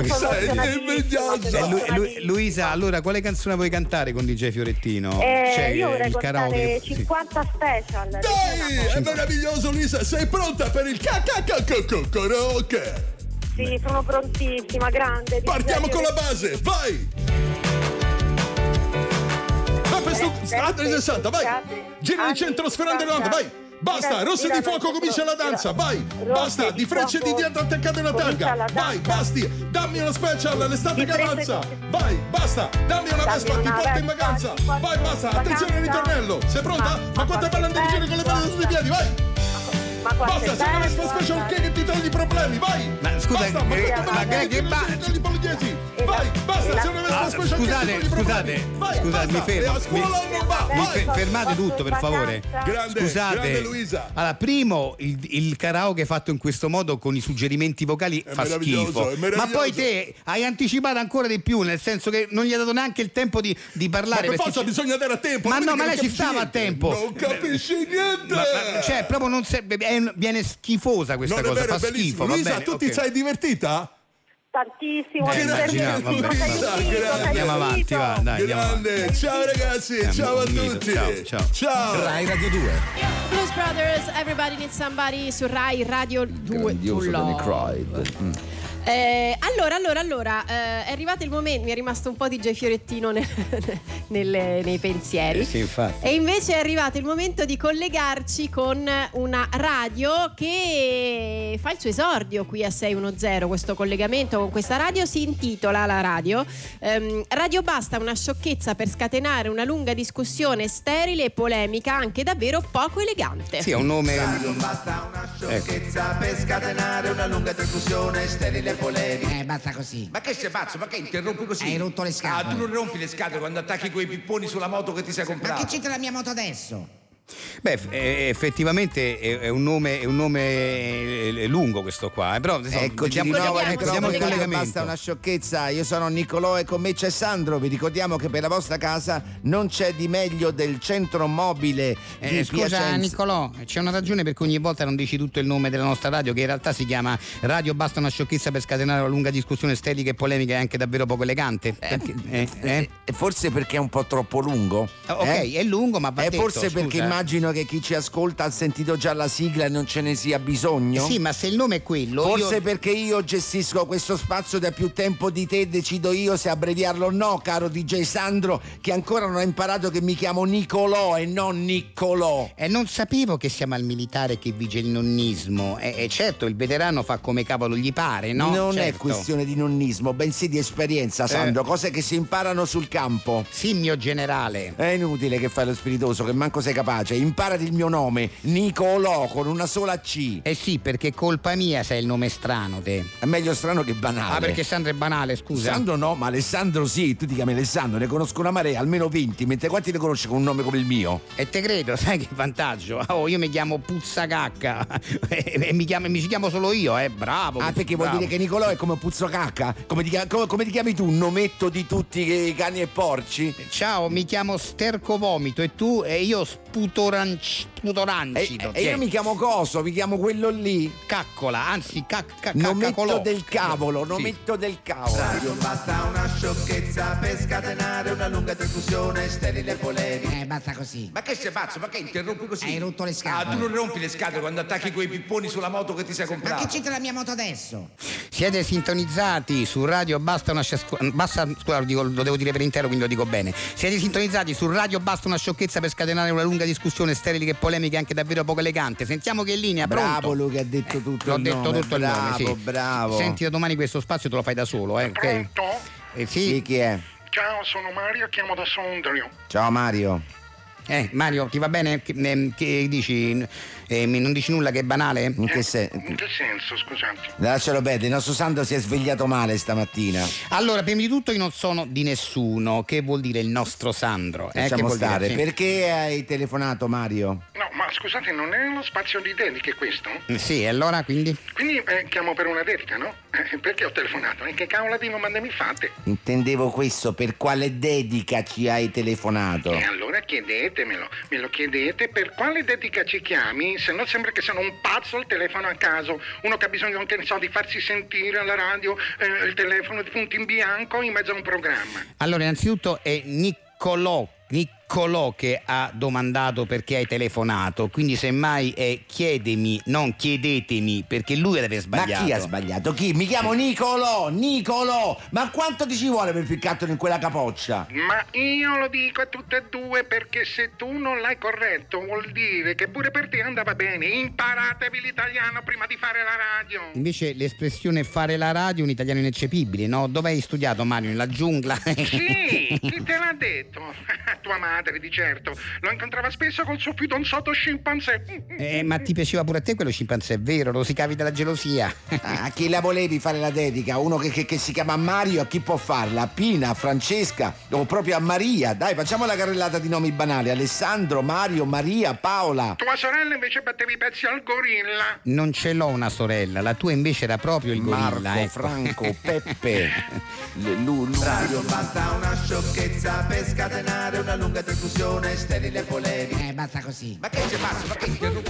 Luisa, allora, quale canzone vuoi cantare con DJ Fiorettino? Io vorrei cantare 50 Special. Dai, è meraviglioso, Luisa. Sei pronta per il karaoke? Sì, sono prontissima, grande. Partiamo con la base, vai! Vai per 60, vai! Gira in centro sferrando l'onda, vai! Basta, rosse di fuoco, comincia la danza, vai! Basta, di frecce di dietro attaccate una targa, vai, basti! Dammi una special, l'estate che avanza! Vai, basta! Dammi una Vespa, ti porta in vacanza! Vai, basta! Attenzione al ritornello! Sei pronta? Ma quanto è bella andare in giro con le mani sui piedi, vai! Basta, sei una Vespa special che ti togli i problemi, vai! Ma scusa, basta, ma che vai, basta, sei una Vespa special. Scusate, mi fermo. Fermate tutto, per favore. Grande Luisa. Allora, primo, il karaoke fatto in questo modo con i suggerimenti vocali fa schifo. Ma poi te hai anticipato ancora di più, nel senso che non gli hai dato neanche il tempo di parlare. Ma per forza bisogna dare a tempo. Ma no, ma lei ci stava a tempo. Non capisci niente. Cioè, proprio non viene schifosa questa non cosa. È vero, fa schifo. Luisa, tu ti sei divertita? Tantissimo, andiamo avanti, va, dai, grande. Ciao ragazzi, ciao a tutti. Ciao. Rai Radio 2. Blues Brothers, Everybody Needs Somebody su Rai Radio 2. Grandioso Danny Clyde. Allora, è arrivato il momento, mi è rimasto un po' di DJ Fiorettino nei pensieri. Sì, infatti. E invece è arrivato il momento di collegarci con una radio che fa il suo esordio qui a 610. Questo collegamento con questa radio si intitola la radio Radio Basta, una sciocchezza per scatenare una lunga discussione sterile e polemica, anche davvero poco elegante. Sì, è un nome. Radio Basta, una sciocchezza per scatenare una lunga discussione sterile e polemica. Basta così. Ma che sei pazzo? Ma che interrompi così? Hai rotto le scatole. Ah, tu non rompi le scatole quando attacchi quei pipponi sulla moto che ti sei comprato. Ma che c'entra la mia moto adesso? Beh, effettivamente è un nome lungo questo qua, però eccoci di nuovo al microfono. Basta una sciocchezza. Io sono Nicolò e con me c'è Sandro. Vi ricordiamo che per la vostra casa non c'è di meglio del centro mobile di scusa Piacenza. Nicolò, c'è una ragione per cui ogni volta non dici tutto il nome della nostra radio, che in realtà si chiama Radio Basta una sciocchezza per scatenare una lunga discussione sterile e polemica e anche davvero poco elegante. Forse perché è un po' troppo lungo. Ok, è lungo, ma va detto, forse perché immagino che chi ci ascolta ha sentito già la sigla e non ce ne sia bisogno. Sì, ma se il nome è quello. Forse perché io gestisco questo spazio da più tempo di te, decido io se abbreviarlo o no, caro DJ Sandro, che ancora non ha imparato che mi chiamo Nicolò e non Niccolò. E non sapevo che siamo al militare che vige il nonnismo. E certo, il veterano fa come cavolo gli pare, no? Non certo. è questione di nonnismo, bensì di esperienza, Sandro, cose che si imparano sul campo. Sì, mio generale. È inutile che fai lo spiritoso, che manco sei capace. Imparati il mio nome, Nicolò, con una sola C. Eh sì, perché è colpa mia se hai il nome strano, te. È meglio strano che banale. Ah, perché Sandro è banale, scusa. Sandro no, ma Alessandro sì. Tu ti chiami Alessandro, ne conosco una marea, almeno 20, mentre quanti ne conosci con un nome come il mio? E te credo, sai che vantaggio. Oh, io mi chiamo Puzzacacca e mi chiamo solo io, bravo. Ah, perché bravo. Vuol dire che Nicolò è come Puzzocacca? Come ti chiami tu? Un nometto di tutti i cani e porci? Ciao, mi chiamo Stercovomito e tu e io Sputorancido. E io mi chiamo Coso, mi chiamo quello lì. Caccola, anzi nometto del cavolo, nometto del cavolo. Radio Basta, una sciocchezza per scatenare una lunga discussione sterile e polemica. Basta così. Ma che sei pazzo? Ma che interrompi così? Hai rotto le scatole. Ah, tu non rompi le scatole quando attacchi quei pipponi sulla moto che ti sei comprato. Ma che c'entra la mia moto adesso? Siete sintonizzati su Radio Basta una scusa, lo devo dire per intero, quindi lo dico bene. Siete sintonizzati su Radio Basta una sciocchezza per scatenare una lunga discussione sterile e polemica anche davvero poco elegante. Sentiamo che in linea, bravo pronto? lui che ha detto tutto L'ho il detto nome. tutto Bravo, il nome, sì. Bravo. Senti, da domani questo spazio te lo fai da solo, ok? Pronto? Sì, chi è? Ciao, sono Mario, chiamo da Sondrio. Ciao Mario. Mario, ti va bene? Che dici? Non dici nulla che è banale? In che senso, scusate? Lascialo perdere, il nostro Sandro si è svegliato male stamattina. Allora, prima di tutto io non sono di nessuno. Che vuol dire il nostro Sandro? Lasciamo che stare. dire? Sì. Perché hai telefonato, Mario? No, ma scusate, non è lo spazio di dediche questo? Sì, allora quindi? Quindi chiamo per una dedica, no? Perché ho telefonato? E che cavolo di domande mi fate? Intendevo questo, per quale dedica ci hai telefonato? E allora chiedetemelo, me lo chiedete, per quale dedica ci chiami? Se no sembra che sono un pazzo al telefono a caso, uno che ha bisogno, che ne so, di farsi sentire alla radio il telefono di punto in bianco in mezzo a un programma. Allora, innanzitutto è Niccolò che ha domandato perché hai telefonato, quindi semmai è chiedemi, non chiedetemi, perché lui deve sbagliato. Ma chi ha sbagliato? Chi? Mi chiamo Nicolò! Ma quanto ti ci vuole per ficcartelo in quella capoccia? Ma io lo dico a tutte e due, perché se tu non l'hai corretto vuol dire che pure per te andava bene. Imparatevi l'italiano prima di fare la radio. Invece l'espressione fare la radio è un italiano ineccepibile, no? Dove hai studiato, Mario? Nella giungla? Sì, chi te l'ha detto? Tua madre, di certo. Lo incontrava spesso col suo fidanzato scimpanzé. Ma ti piaceva pure a te quello scimpanzé, è vero? Rosicavi della gelosia. A chi la volevi fare la dedica? Uno che si chiama Mario, a chi può farla? A Pina, a Francesca o proprio a Maria? Dai, facciamo la carrellata di nomi banali. Alessandro, Mario, Maria, Paola. Tua sorella invece battevi i pezzi al gorilla. Non ce l'ho una sorella, la tua invece era proprio il gorilla. Marco, Franco, Peppe, Radio Basta, una sciocchezza per scatenare una lunga discussione sterile e polemica. Basta così. Ma che c'è pazzo? Ma che interrompi?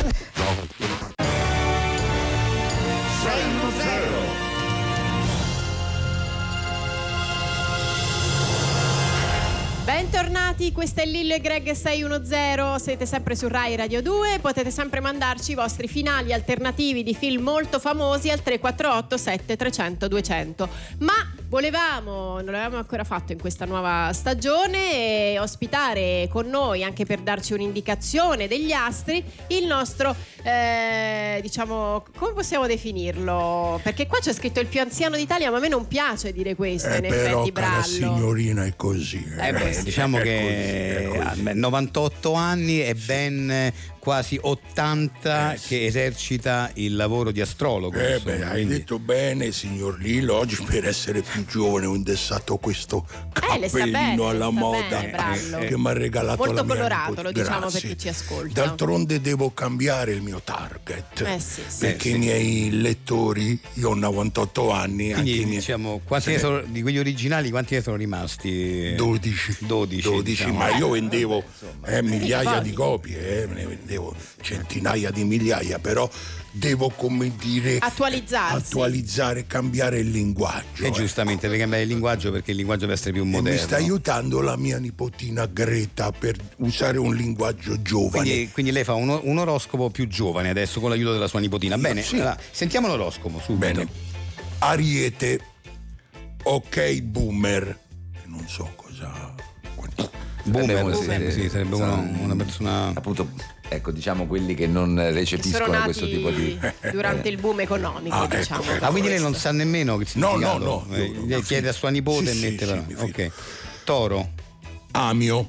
610. Bentornati, questo è Lillo e Greg 610, siete sempre su Rai Radio 2, potete sempre mandarci i vostri finali alternativi di film molto famosi al 348 7300 200. Ma non l'avevamo ancora fatto in questa nuova stagione, ospitare con noi, anche per darci un'indicazione degli astri, il nostro diciamo, come possiamo definirlo? Perché qua c'è scritto il più anziano d'Italia, ma a me non piace dire questo, in però, effetti, cara signorina, è così. Diciamo è che così, ha 98 anni e ben quasi 80 che esercita il lavoro di astrologo. Insomma, hai detto bene, signor Lillo. Oggi, per essere più giovane, ho indossato questo cappellino alla moda che mi ha regalato molto la mia colorato, nipote. lo diciamo. Grazie. Per chi ci ascolta. D'altronde devo cambiare il mio target, sì. perché i miei lettori, io ho 98 anni. Quindi, anche diciamo, di quegli originali quanti ne sono rimasti? 12, diciamo. ma io vendevo migliaia di copie, ne vendevo centinaia di migliaia, però devo, come dire, attualizzare, cambiare il linguaggio. E giustamente deve cambiare il linguaggio, perché il linguaggio deve essere più moderno. E mi sta aiutando la mia nipotina Greta per usare un linguaggio giovane. Quindi lei fa un oroscopo più giovane adesso con l'aiuto della sua nipotina. Bene, sì. Allora, sentiamo l'oroscopo subito. Bene. Ariete, ok, boomer, non so cosa. Boomer, sì, sarebbe una persona, appunto, ecco, diciamo quelli che non recepiscono questo tipo di durante il boom economico, diciamo. Ecco. Quindi lei non sa nemmeno che significato. No. Lei chiede a sua nipote e mette però. Ok. Toro. Amio.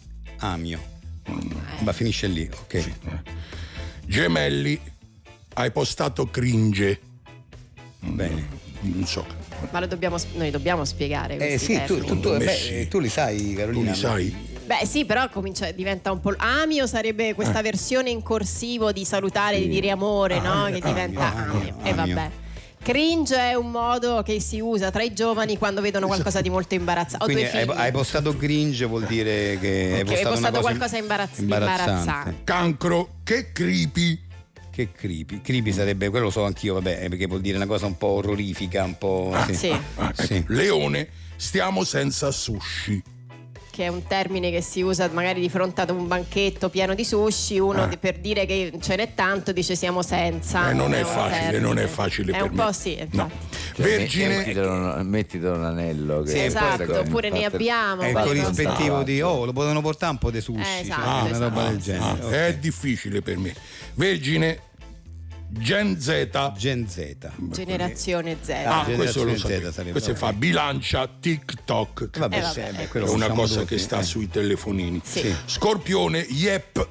Ma finisce lì, ok. Sì. Gemelli, hai postato cringe. Bene. Non so. Ma noi dobbiamo spiegare. Sì, tu li sai, Carolina. Tu li sai. Beh, sì, però diventa un po'. Amio sarebbe questa versione in corsivo di salutare, di dire amore, no? Che diventa amio. E vabbè. Cringe è un modo che si usa tra i giovani quando vedono qualcosa di molto imbarazzante. Quindi hai postato cringe, vuol dire che hai postato qualcosa imbarazzante. Cancro, che creepy. Che creepy sarebbe, quello lo so anch'io, vabbè, perché vuol dire una cosa un po' orrorifica, un po'. Sì. Leone, stiamo senza sushi. Che è un termine che si usa magari di fronte ad un banchetto pieno di sushi, uno per dire che ce n'è tanto dice siamo senza. Non è facile è per un me. Po' sì, no. Vergine, mettitelo un anello che esatto, oppure ne abbiamo. È il corrispettivo di lo potevano portare un po' di sushi, esatto, una roba del genere. Okay. È difficile per me. Vergine, Gen Z. Generazione Z. Questo lo so. Sarebbe. Questo fa bilancia TikTok. Vabbè, è una cosa che sta sui telefonini. Sì. Scorpione, Yep.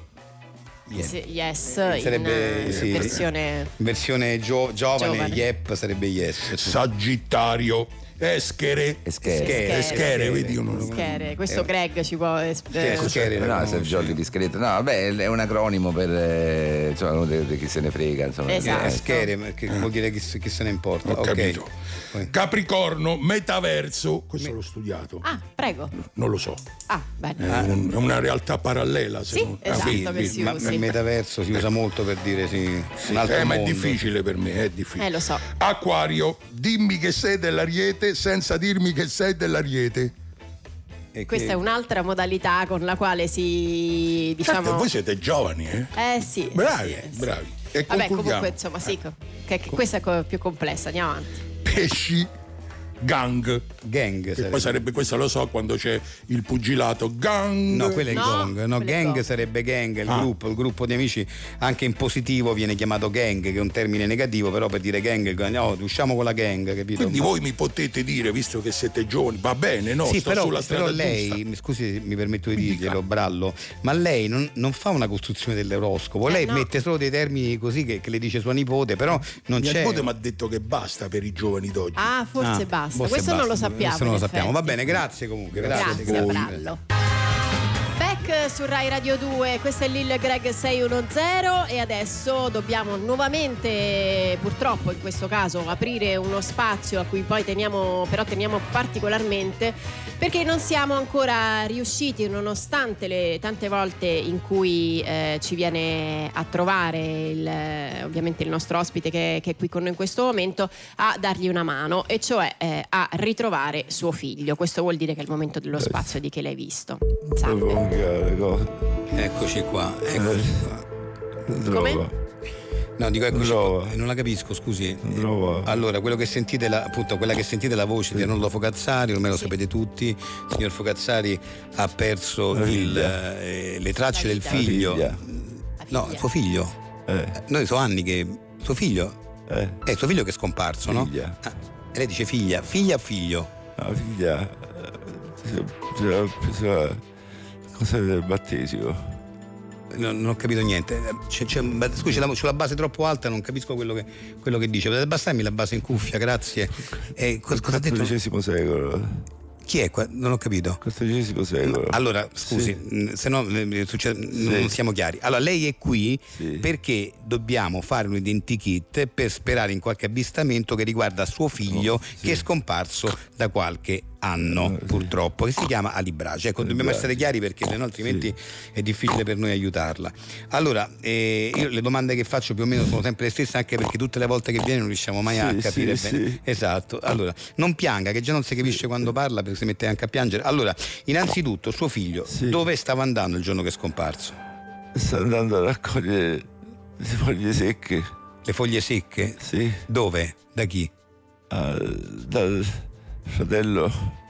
Yes, sarebbe in versione giovane. Yep sarebbe yes. Sagittario, Eschere, vedi uno. Eschere. Questo Greg ci può Eschere, no, se Jolly discreto. No, vabbè, è un acronimo per insomma, di chi se ne frega, insomma. Esatto. Eschere, che vuol dire chi se ne importa. Ho capito. Capricorno, metaverso, questo l'ho studiato. Prego. Non lo so. Bene. È una realtà parallela, esatto, il metaverso si usa molto per dire un altro ma mondo. è difficile per me, è difficile. Lo so. Acquario, dimmi che sei dell'Ariete senza dirmi che sei dell'Ariete. Questa è un'altra modalità con la quale si Certo, voi siete giovani, sì. Bravi. E vabbè, comunque insomma questa è più complessa, andiamo avanti. Pesci, gang che poi sarebbe, questo lo so, quando c'è il pugilato, gang. No, quello è il gong. No, gang sarebbe gang, il gruppo di amici, anche in positivo viene chiamato gang, che è un termine negativo, però per dire gang, usciamo con la gang, capito? Quindi voi mi potete dire, visto che siete giovani, va bene, no? Sì, sto sulla strada però lei, giusta. scusi, mi permetto di dirglielo, Brallo, ma lei non fa una costruzione dell'oroscopo, lei mette solo dei termini così che le dice sua nipote, però non Mia c'è. nipote mi ha detto che basta per i giovani d'oggi. Forse basta. Questo non lo sappiamo. Va bene, grazie comunque. Grazie Brallo. Back Black su Rai Radio 2, questo è Lil Greg 610 e adesso dobbiamo nuovamente, purtroppo in questo caso, aprire uno spazio a cui poi teniamo particolarmente, perché non siamo ancora riusciti, nonostante le tante volte in cui ci viene a trovare ovviamente il nostro ospite che è qui con noi in questo momento, a dargli una mano, e cioè a ritrovare suo figlio. Questo vuol dire che è il momento dello spazio di Che l'hai visto. Eccoci qua. Come? No, dico eccoci qua. Non la capisco, scusi. Allora, quella che sentite la voce di Arnoldo Fogazzari, ormai lo sapete tutti. Il signor Fogazzari ha perso le tracce del figlio. No, suo figlio. Noi so anni che suo figlio è suo figlio che è scomparso, figlia. No? E lei dice figlia o figlio? No, figlia. Cosa del battesimo? Non ho capito niente. Scusi, sulla base troppo alta non capisco quello che dice. Potete abbassarmi la base in cuffia, grazie. Cosa ha detto? XIV secolo. Chi è qua? Non ho capito. XIV secolo. Allora, scusi, se no non siamo chiari. Allora, lei è qui perché dobbiamo fare un identikit per sperare in qualche avvistamento che riguarda suo figlio che è scomparso da qualche anno, purtroppo, che si chiama Ali Brace. Ecco, dobbiamo essere chiari perché sennò altrimenti è difficile per noi aiutarla. Allora, io le domande che faccio più o meno sono sempre le stesse, anche perché tutte le volte che viene non riusciamo mai a capire bene. Esatto. Allora, non pianga, che già non si capisce quando parla perché si mette anche a piangere. Allora, innanzitutto, suo figlio dove stava andando il giorno che è scomparso? Sta andando a raccogliere le foglie secche. Le foglie secche? Sì. Dove? Da chi? Dal fratello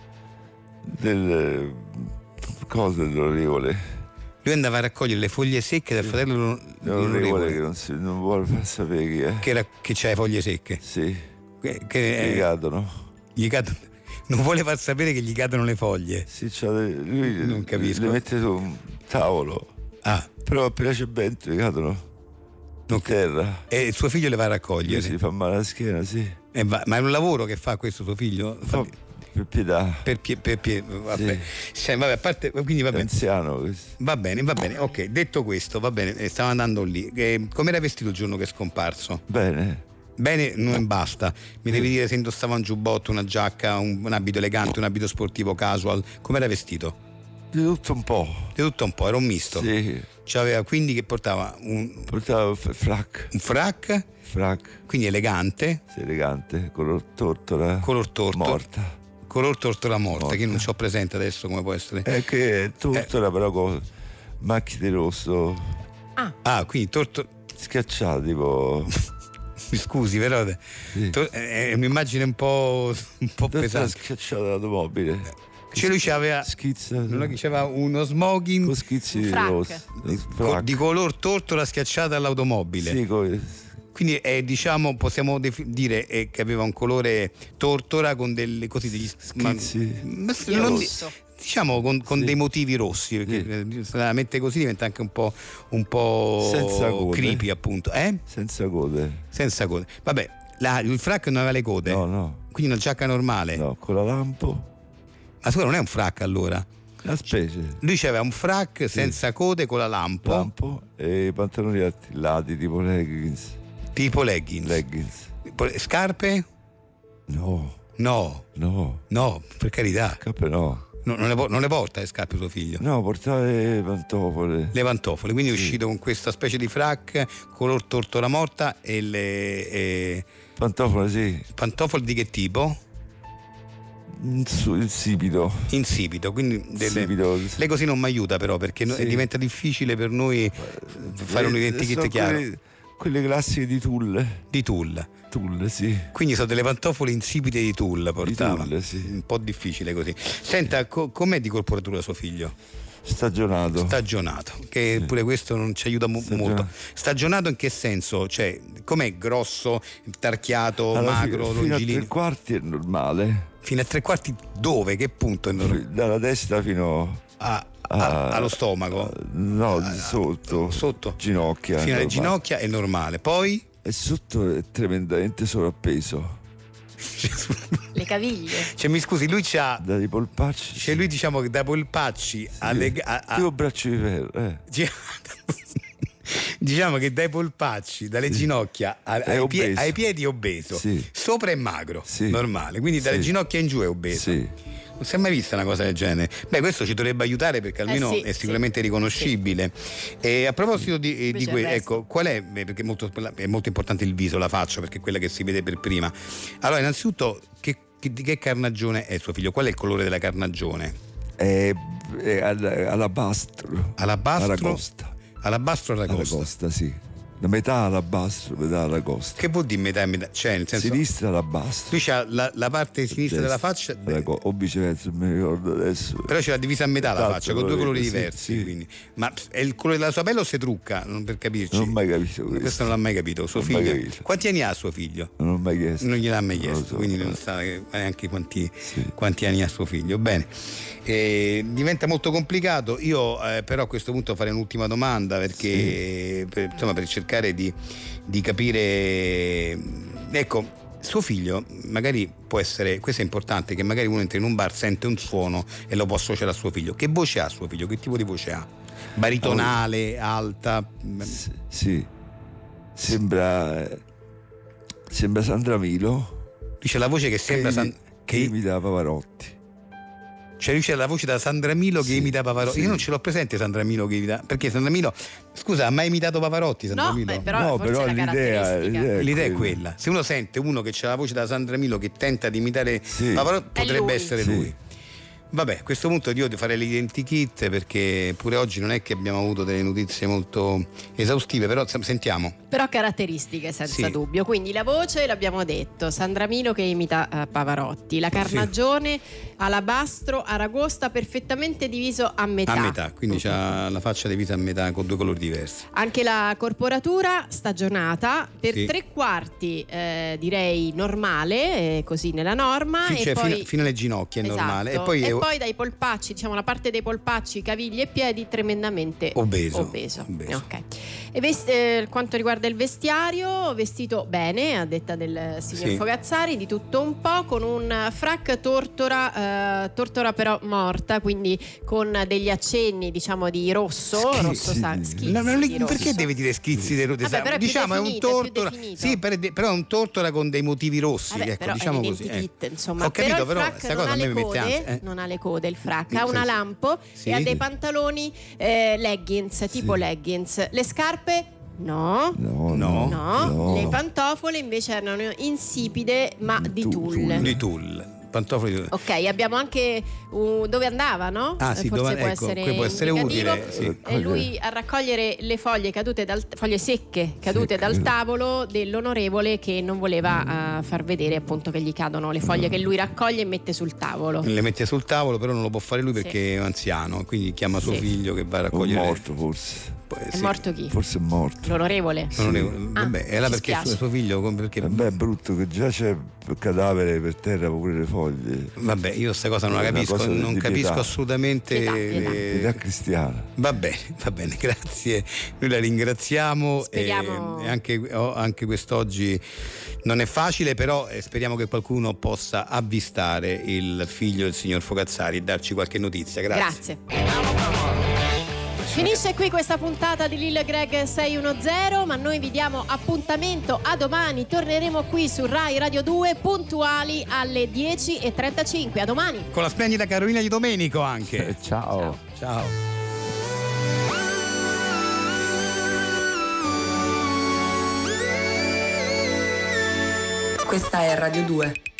dell'onorevole. Lui andava a raccogliere le foglie secche dal fratello dell'onorevole che non vuole far sapere chi è. Che c'ha le foglie secche? Sì. Che gli cadono. Non vuole far sapere che gli cadono le foglie? Sì, lui non capisco. Le mette su un tavolo. Però appena c'è vento le cadono in terra. E suo figlio le va a raccogliere? Si fa male alla schiena, sì. Ma è un lavoro che fa questo suo figlio? Per pietà. Vabbè. Sì, vabbè, a parte, quindi va bene. Anziano. Va bene. Ok, detto questo, va bene, stavo andando lì. Come era vestito il giorno che è scomparso? Bene, non basta. Mi devi dire se indossava un giubbotto, una giacca, un abito elegante, un abito sportivo casual. Come era vestito? Di tutto un po'. Era un misto. Sì. C'aveva quindi che portava un frac. Un frac? Quindi elegante. Sì, elegante, color tortora. Morta. Color tortora morta, che non so presente adesso come può essere. È che è tortora però con macchie di rosso. Quindi schiacciata tipo. Mi scusi, però è un'immagine un po' pesante. Schiacciata dall'automobile. Lui c'aveva uno smoking con schizzi di rosso di color tortora schiacciata all'automobile. Quindi diciamo, possiamo dire che aveva un colore tortora con degli schizzi diciamo con dei motivi rossi, perché se la mette così diventa anche un po' senza code. Creepy, appunto. Senza code. Vabbè, il frac non aveva le code. No. Quindi una giacca normale. No, con la lampo. Ma scusa, non è un frac allora? La specie. Lui c'aveva un frac senza code con la lampo e i pantaloni attillati tipo leggings. Scarpe? No, per carità. Scarpe no. Non le porta le scarpe suo figlio? No, portava le pantofole. Le pantofole, quindi è uscito con questa specie di frac color tortora morta e le pantofole, sì. Pantofole di che tipo? Insipido, quindi lei così non mi aiuta però, perché diventa difficile per noi fare un identikit chiaro. Quelle classiche di Tulle. Sì. Quindi sono delle pantofole insipide di Tulle portava. Di Tulle, sì. Un po' difficile così. Senta, com'è di corporatura suo figlio? Stagionato, che pure questo non ci aiuta molto. Stagionato in che senso? Cioè, com'è? Grosso, tarchiato, magro, longilineo? Fino a 3/4 è normale. Fino a 3/4 dove? Che punto è normale? Dalla testa fino allo stomaco? No, sotto. Ginocchia. Fino alle ginocchia è normale. Poi? E sotto è tremendamente sovrappeso. Le caviglie. Cioè, mi scusi, lui c'ha dai polpacci. Cioè, lui diciamo che dai polpacci alle tipo braccio di ferro. Diciamo che dai polpacci, dalle ginocchia ai piedi è obeso, sopra è magro, normale, quindi dalle ginocchia in giù è obeso. Non si è mai vista una cosa del genere. Beh, questo ci dovrebbe aiutare perché almeno è sicuramente riconoscibile. E a proposito di ecco, qual è? Perché è molto importante il viso, la faccia, perché è quella che si vede per prima. Allora, innanzitutto, di che carnagione è suo figlio? Qual è il colore della carnagione? È alabastro. Aragosta. Alabastro Aragosta, sì. Da metà alabastro, metà aragosta. Che vuol dire metà e metà? Cioè, nel senso, sinistra alabastro. Lui c'ha la parte sinistra della faccia. O viceversa, non mi ricordo adesso. Però ce l'ha divisa a metà la faccia, con due colori diversi. Quindi. Ma è il colore della sua pelle o si trucca? Non per capirci. Non ho mai capito questo. Non l'ha mai capito. Suo figlio. Quanti anni ha suo figlio? Non l'ho mai chiesto. Non gliel'ha mai chiesto, quindi non sa neanche quanti anni ha suo figlio. Bene. Diventa molto complicato. Io però a questo punto farei un'ultima domanda perché per cercare di capire, ecco, suo figlio magari può essere, questo è importante, che magari uno entra in un bar, sente un suono e lo può associare a suo figlio. Che voce ha suo figlio? Che tipo di voce ha? Baritonale, alta? Sì, sembra Sandra Milo. Dice la voce che sembra che imita Pavarotti. Cioè lui c'è la voce da Sandra Milo che imita Pavarotti. Io non ce l'ho presente Sandra Milo che imita, perché Sandra Milo, scusa, ha mai imitato Pavarotti Sandra Milo? Però l'idea è quella. Se uno sente uno che c'ha la voce da Sandra Milo che tenta di imitare Pavarotti, potrebbe essere lui. Vabbè, a questo punto io devo fare l'identikit perché pure oggi non è che abbiamo avuto delle notizie molto esaustive, però sentiamo. Però caratteristiche senza dubbio. Quindi la voce l'abbiamo detto, Sandra Milo che imita Pavarotti, la carnagione alabastro aragosta perfettamente diviso a metà. A metà, quindi c'ha la faccia divisa a metà con due colori diversi. Anche la corporatura stagionata per 3/4 direi normale, così nella norma, e cioè poi fino alle ginocchia è normale e poi dai polpacci, diciamo la parte dei polpacci, caviglie e piedi tremendamente obeso. Ok. E quanto riguarda il vestiario, vestito bene, a detta del signor Fogazzari, di tutto un po', con un frac tortora però morta, quindi con degli accenni diciamo di rosso, schizzi di rosso. Perché deve dire schizzi di rosso? Diciamo è un tortora, però è un tortora con dei motivi rossi, ecco, diciamo così. Insomma, ho capito, però questa cosa a me mi mette ansia. Non ha le code il frac, ha una lampo e ha dei pantaloni leggings, tipo leggings. Le scarpe No. Le pantofole invece erano insipide ma di tulle. Pantofoli. Ok, abbiamo anche dove andava, no? Forse può essere utile. E lui a raccogliere le foglie secche cadute dal tavolo dell'onorevole che non voleva far vedere appunto che gli cadono le foglie che lui raccoglie e mette sul tavolo. Le mette sul tavolo, però non lo può fare lui perché è anziano, quindi chiama suo figlio che va a raccogliere. È morto forse. È morto chi? Forse è morto. L'onorevole? Vabbè, era perché suo figlio. È brutto che già c'è il cadavere per terra pure le foglie. Vabbè, io questa cosa non la capisco, non capisco assolutamente. Pietà cristiana. Va bene, grazie. Noi la ringraziamo. Speriamo. E anche quest'oggi non è facile, però speriamo che qualcuno possa avvistare il figlio del signor Fogazzari e darci qualche notizia. Grazie. Finisce qui questa puntata di Lil Greg 610, ma noi vi diamo appuntamento a domani. Torneremo qui su Rai Radio 2 puntuali alle 10:35. A domani. Con la splendida Carolina Di Domenico anche. Ciao. Questa è Radio 2.